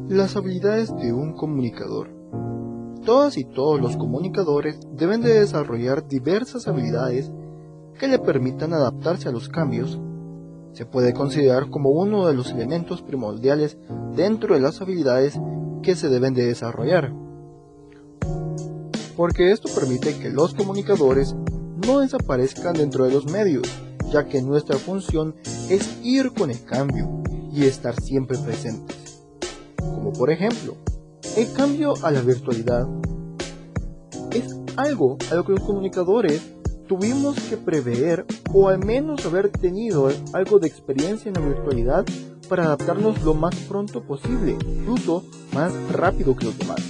Las habilidades de un comunicador. Todas y todos los comunicadores deben de desarrollar diversas habilidades que le permitan adaptarse a los cambios. Se puede considerar como uno de los elementos primordiales dentro de las habilidades que se deben de desarrollar, porque esto permite que los comunicadores no desaparezcan dentro de los medios, ya que nuestra función es ir con el cambio y estar siempre presentes. Como por ejemplo, el cambio a la virtualidad es algo a lo que los comunicadores tuvimos que prever o al menos haber tenido algo de experiencia en la virtualidad para adaptarnos lo más pronto posible, incluso más rápido que los demás.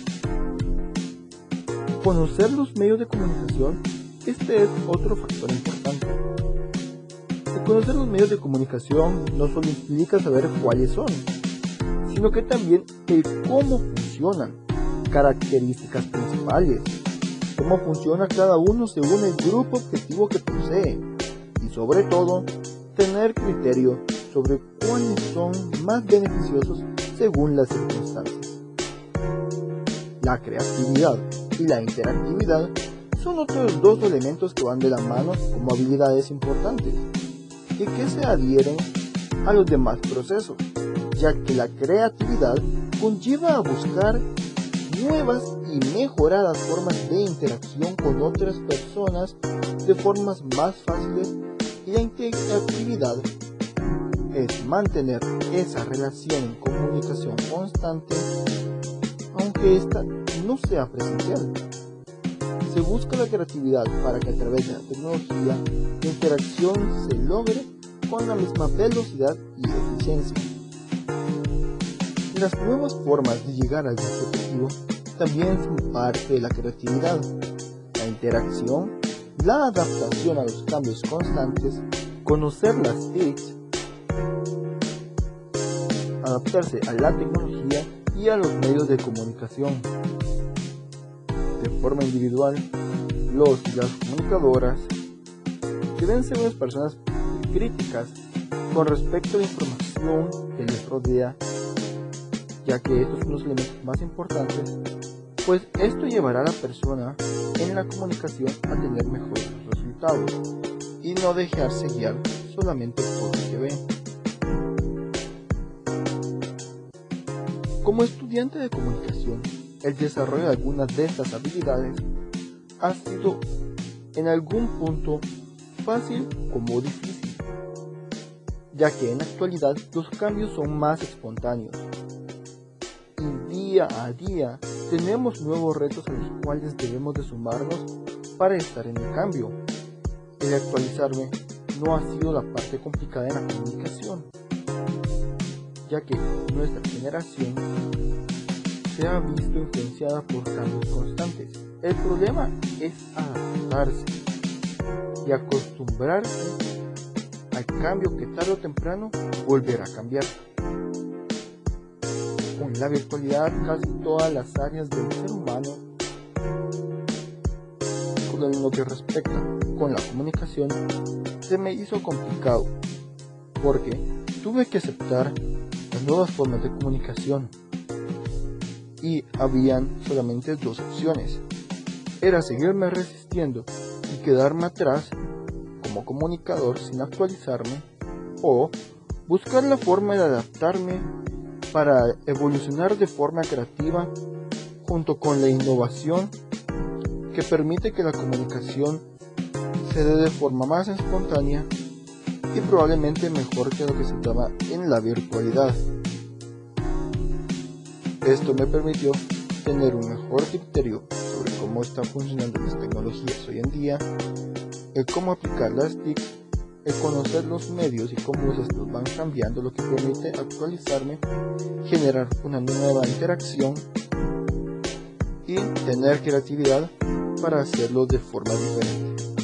Conocer los medios de comunicación, este es otro factor importante. Conocer los medios de comunicación no solo implica saber cuáles son, sino que también el cómo funcionan, características principales, cómo funciona cada uno según el grupo objetivo que posee y sobre todo tener criterio sobre cuáles son más beneficiosos según las circunstancias. La creatividad y la interactividad son otros dos elementos que van de la mano como habilidades importantes y que se adhieren a los demás procesos, ya que la creatividad conlleva a buscar nuevas y mejoradas formas de interacción con otras personas de formas más fáciles, y la interactividad es mantener esa relación en comunicación constante, aunque esta no sea presencial. Se busca la creatividad para que a través de la tecnología la interacción se logre con la misma velocidad y eficiencia. Las nuevas formas de llegar al objetivo también son parte de la creatividad. La interacción, la adaptación a los cambios constantes, conocer las TICs, adaptarse a la tecnología y a los medios de comunicación. De forma individual, los y las comunicadoras deben ser unas personas críticas con respecto a la información que les rodea, ya que estos son los elementos más importantes, pues esto llevará a la persona en la comunicación a tener mejores resultados y no dejarse guiar solamente por lo que ve. Como estudiante de comunicación, el desarrollo de algunas de estas habilidades ha sido en algún punto fácil como difícil, ya que en la actualidad los cambios son más espontáneos y día a día tenemos nuevos retos a los cuales debemos de sumarnos para estar en el cambio. El actualizarme no ha sido la parte complicada en la comunicación, ya que nuestra generación se ha visto influenciada por cambios constantes. El problema es adaptarse y acostumbrarse al cambio que tarde o temprano volverá a cambiar. Con la virtualidad, casi todas las áreas del ser humano, con lo que respecta con la comunicación, se me hizo complicado, porque tuve que aceptar las nuevas formas de comunicación y habían solamente dos opciones: era seguirme resistiendo y quedarme atrás como comunicador sin actualizarme, o buscar la forma de adaptarme para evolucionar de forma creativa junto con la innovación que permite que la comunicación se dé de forma más espontánea y probablemente mejor que lo que se daba en la virtualidad. Esto me permitió tener un mejor criterio sobre cómo están funcionando las tecnologías hoy en día, el cómo aplicar las TIC, el conocer los medios y cómo estos van cambiando, lo que permite actualizarme, generar una nueva interacción y tener creatividad para hacerlo de forma diferente.